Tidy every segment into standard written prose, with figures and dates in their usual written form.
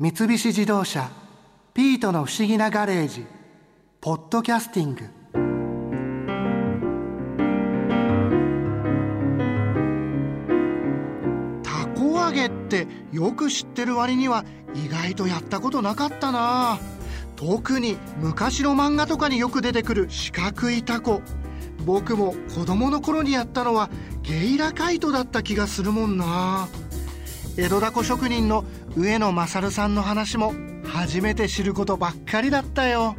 三菱自動車ピートの不思議なガレージポッドキャスティング。たこ揚げってよく知ってる割には意外とやったことなかったな。特に昔の漫画とかによく出てくる四角いタコ、僕も子供の頃にやったのはゲイラカイトだった気がするもんな。江戸ダコ職人の上野勝さんの話も初めて知ることばっかりだったよ。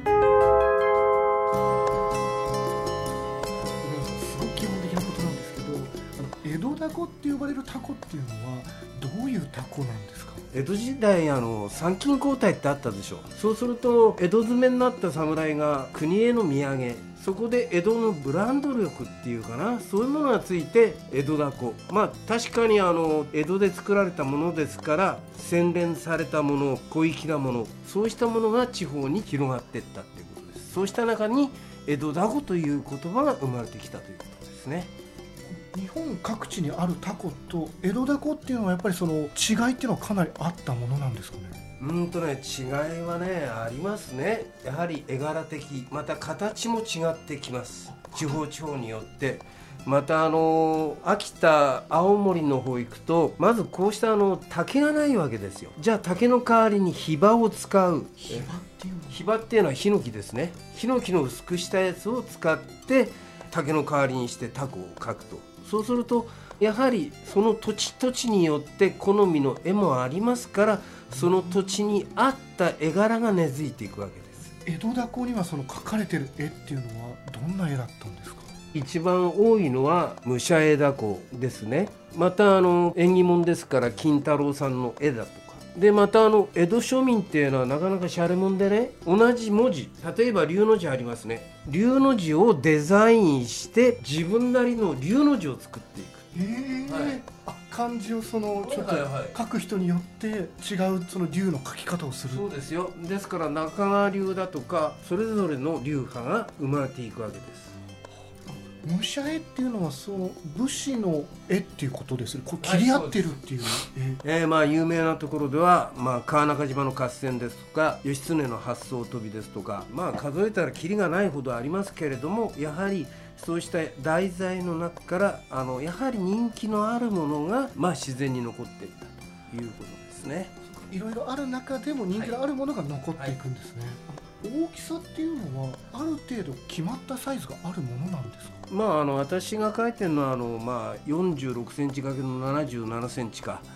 すごく基本的なことなんですけど、江戸ダコって呼ばれるタコっていうのはどういうタコなんですか？ 江戸時代参勤交代ってあったでしょ。そうすると江戸詰めになった侍が国への土産、そこで江戸のブランド力っていうかな、そういうものがついて江戸ダコ。確かに江戸で作られたものですから洗練されたもの、小粋なもの、そうしたものが地方に広がっていったっていうことです。そうした中に江戸ダコという言葉が生まれてきたということですね。 日本各地にあるタコと江戸ダコっていうのはやっぱりその違いっていうのはかなりあったものなんですかね？ 違いはねありますね。やはり絵柄的、また形も違ってきます。地方によって。また秋田、青森の方行くとまずこうした竹がないわけですよ。じゃあ竹の代わりにヒバを使う。ヒバっていうのはヒノキですね。ヒノキの薄くしたやつを使って竹の代わりにしてタコを描くと。そうするとやはりその土地によって好みの絵もありますから、その土地に合った絵柄が根付いていくわけです。 江戸ダコにはその描かれてる絵っていうのはどんな絵だったんですか？ 一番多いのは武者絵ダコですね。また縁起物ですから金太郎さんの絵だとかで、また江戸庶民っていうのはなかなかシャレもんでね、同じ文字、例えば龍の字ありますね。龍の字をデザインして自分なりの龍の字を作っていく。 漢字をちょっと書く人によって違うその龍の書き方をする。 そうですよ。ですから中川流だとかそれぞれの流派が生まれていくわけです。 武者絵っていうのはその武士の絵っていうことですね。こう切り合ってるっていう絵。 有名なところでは、川中島の合戦ですとか義経の八艘飛びですとか、数えたらキリがないほどありますけれども、やはりそうした題材の中からやはり人気のあるものが、自然に残っていったということですね。 いろいろある中でも人気のあるものが残っていくんですね。大きさっていうのはある程度決まったサイズがあるものなんですか？ 私が描いてるのは46センチ ×77 センチか、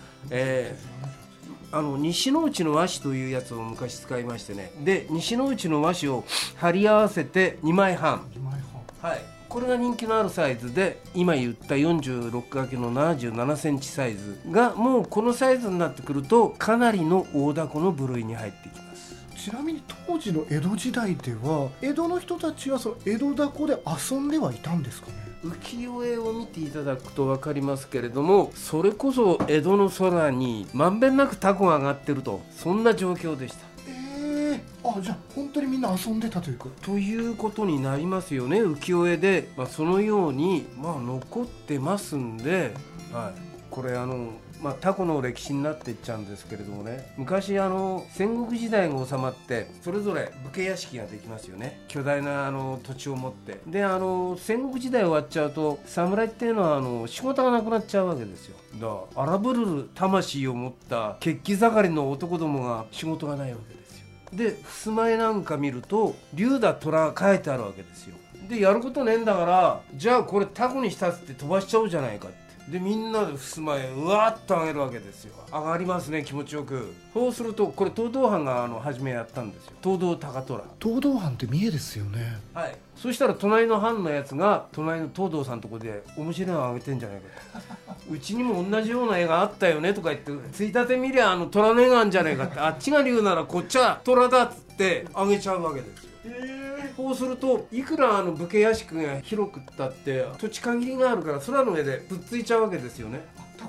西の内の和紙というやつを昔使いましてね。で西の内の和紙を貼り合わせて2枚半、これが人気のあるサイズで、今言った 46×77 センチサイズがもうこのサイズになってくるとかなりの大ダコの部類に入ってきます。 ちなみに当時の江戸時代では江戸の人たちはその江戸ダコで遊んではいたんですかね？ 浮世絵を見ていただくと分かりますけれども、それこそ江戸の空にまんべんなくタコが上がってると、そんな状況でした。 じゃあ本当にみんな遊んでたというかということになりますよね。浮世絵で、そのように、残ってますんで、これタコの歴史になっていっちゃうんですけれどもね、昔戦国時代が収まってそれぞれ武家屋敷ができますよね。巨大な土地を持って。で戦国時代終わっちゃうと侍っていうのは仕事がなくなっちゃうわけですよ。だから荒ぶる魂を持った血気盛りの男どもが仕事がないわけですよ。で襖絵なんか見ると龍だ虎が書いてあるわけですよ。でやることねえんだから、じゃあこれタコにしたって飛ばしちゃおうじゃないかって。でみんなで襖絵うわっと上げるわけですよ。上がりますね、気持ちよく。そうするとこれ東道藩が初めやったんですよ。東道高虎。 東道藩って三重ですよね。 そしたら隣の藩のやつが隣の東道さんのとこで面白いのを上げてんじゃないかとうちにも同じような絵があったよねとか言って、ついたて見りゃ虎の絵があるんじゃないかって、あっちが龍ならこっちは虎だっつって上げちゃうわけですよ。そうするといくら武家屋敷が広くったって土地限りがあるから空の上でぶっついちゃうわけですよね。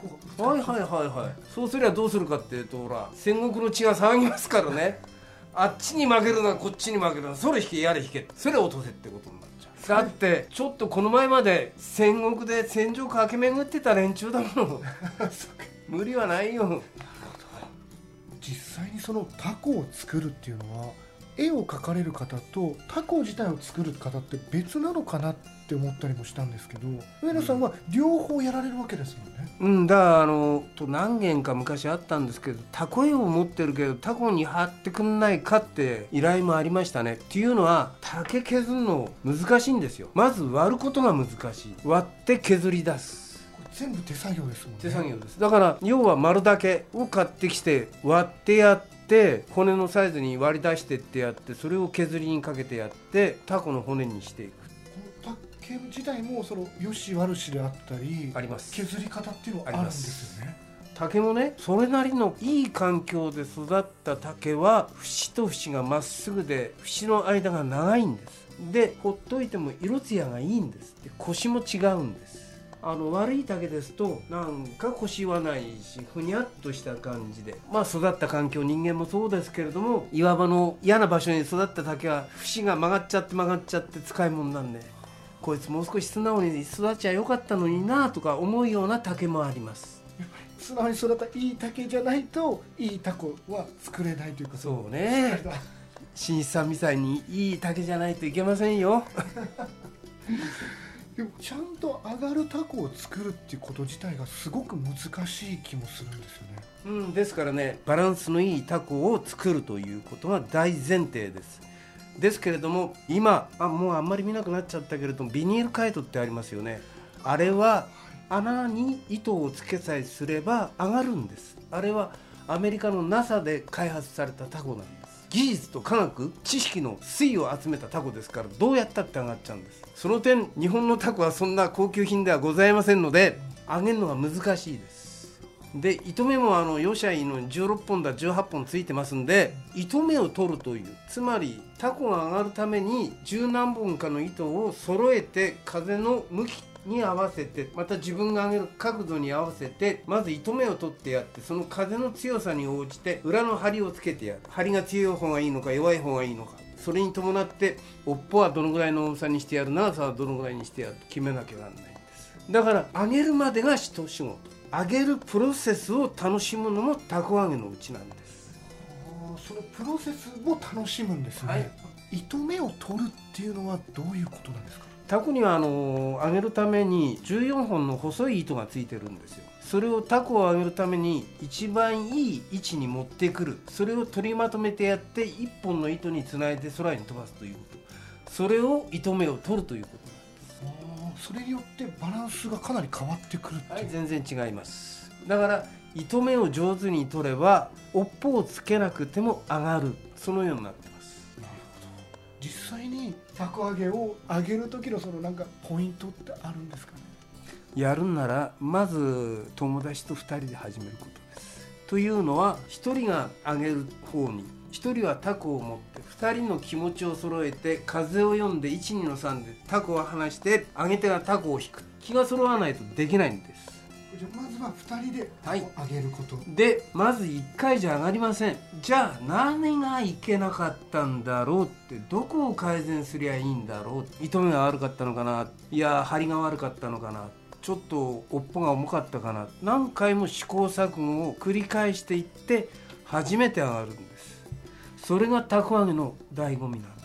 そうすりゃどうするかっていうと、ほら戦国の血が騒ぎますからね。あっちに負けるなこっちに負けるな、それ引けやれ引け、それ落とせってことになっちゃう。だってちょっとこの前まで戦国で戦場駆け巡ってた連中だもの無理はないよ。 実際にそのタコを作るっていうのは、絵を描かれる方とタコ自体を作る方って別なのかなって思ったりもしたんですけど、上野さんは両方やられるわけですもんね。 だから何件か昔あったんですけど、タコ絵を持ってるけどタコに貼ってくんないかって依頼もありましたね。っていうのは竹削るの難しいんですよ。まず割ることが難しい。割って削り出す、 これ全部手作業ですもんね。 手作業です。だから要は丸だけを買ってきて割ってやって骨のサイズに割り出してってやって、それを削りにかけてやってタコの骨にしていく。 この竹自体もその良し悪しであったりあります。 削り方っていうのはあるんですよね。 竹もね、それなりのいい環境で育った竹は節と節がまっすぐで節の間が長いんです。でほっといても色艶がいいんです。でコシも違うんです。悪い竹ですとなんかコシはないしふにゃっとした感じで、育った環境、人間もそうですけれども、岩場の嫌な場所に育った竹は節が曲がっちゃって使い物なんで、こいつもう少し素直に育ちゃよかったのになとか思うような竹もあります。 素直に育ったいい竹じゃないといいタコは作れないというか。 そうね、新一さんみたいにいい竹じゃないといけませんよ。 でもちゃんと揚がるタコを作るっていうこと自体がすごく難しい気もするんですよね。 ですからね、バランスのいいタコを作るということが大前提です。ですけれども今もうあんまり見なくなっちゃったけれども、ビニールカイトってありますよね。あれは穴に糸をつけさえすれば上がるんです。あれはアメリカの NASA で開発されたタコなんです。技術と科学知識の粋を集めたタコですから、どうやったって上がっちゃうんです。その点日本のタコはそんな高級品ではございませんので、揚げるのが難しいです。で糸目も良しゃいいのに16本だ18本ついてますんで、糸目を取るという、つまりタコが上がるために十何本かの糸を揃えて風の向きに合わせて、また自分が上げる角度に合わせて、まず糸目を取ってやって、その風の強さに応じて裏の針をつけてやる。針が強い方がいいのか弱い方がいいのか、それに伴って尾っぽはどのぐらいの重さにしてやる、長さはどのぐらいにしてやると決めなきゃならないんです。だから揚げるまでが一仕事、揚げるプロセスを楽しむのもタコ揚げのうちなんです。 そのプロセスを楽しむんですね。はい、糸目を取るっていうのはどういうことなんですか。 タコには揚げるために14本の細い糸がついてるんですよ。それをタコを揚げるために一番いい位置に持ってくる、それを取りまとめてやって1本の糸につないで空に飛ばすということ、それを糸目を取るということなんです。 それによってバランスがかなり変わってくるっていう。 はい、全然違います。だから糸目を上手に取れば尾っぽをつけなくても上がる、そのようになってます。 実際にタコ揚げを揚げる時のそのなんかポイントってあるんですかね。 やるんならまず友達と2人で始めることです。というのは1人が揚げる方に、1人はタコを持って2人の気持ちを揃えて風を読んで 1,2 の3でタコを離して揚げ手がタコを引く。気が揃わないとできないんです。 じゃあまずは2人でタコ揚げること、 でまず1回じゃ上がりません。じゃあ何がいけなかったんだろうって、どこを改善すりゃいいんだろう、糸目が悪かったのかな、いや針が悪かったのかな、ちょっと尾っぽが重かったかな、何回も試行錯誤を繰り返していって初めて上がるんです。それがタコ揚げの醍醐味なんです。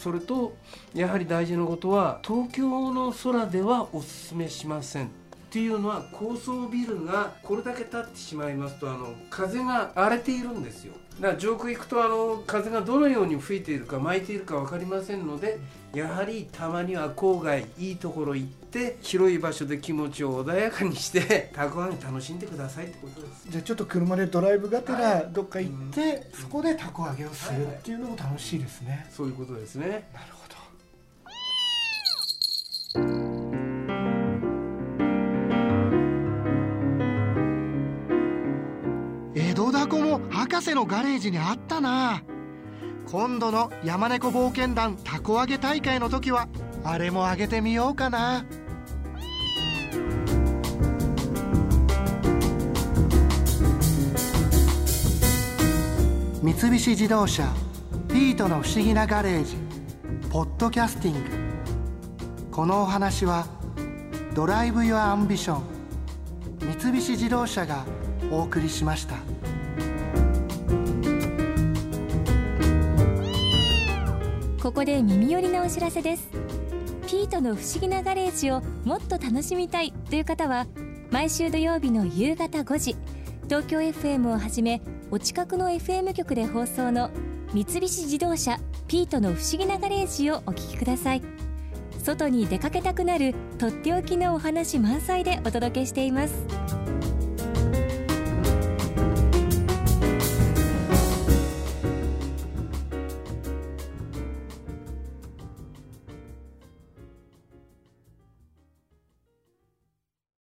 それとやはり大事なことは、東京の空ではおすすめしません。っていうのは高層ビルがこれだけ立ってしまいますと風が荒れているんですよ。だから上空行くと風がどのように吹いているか巻いているか分かりませんので、やはりたまには郊外いいところ行って広い場所で気持ちを穏やかにしてタコ揚げ楽しんでくださいってことです。 じゃあちょっと車でドライブがてらどっか行って、そこでタコ揚げをするっていうのも楽しいですね。 そういうことですね。 なるほど。江戸ダコも博士のガレージにあったな。今度の山猫冒険団タコ揚げ大会の時はあれも揚げてみようかな。三菱自動車ピートの不思議なガレージポッドキャスティング。このお話はドライブ・ユア・アンビション三菱自動車がお送りしました。 ここで耳寄りなお知らせです。ピートの不思議なガレージをもっと楽しみたいという方は、毎週土曜日の夕方5時、東京 FM をはじめお近くの FM 局で放送の三菱自動車ピートの不思議なガレージをお聞きください。外に出かけたくなるとっておきのお話満載でお届けしています。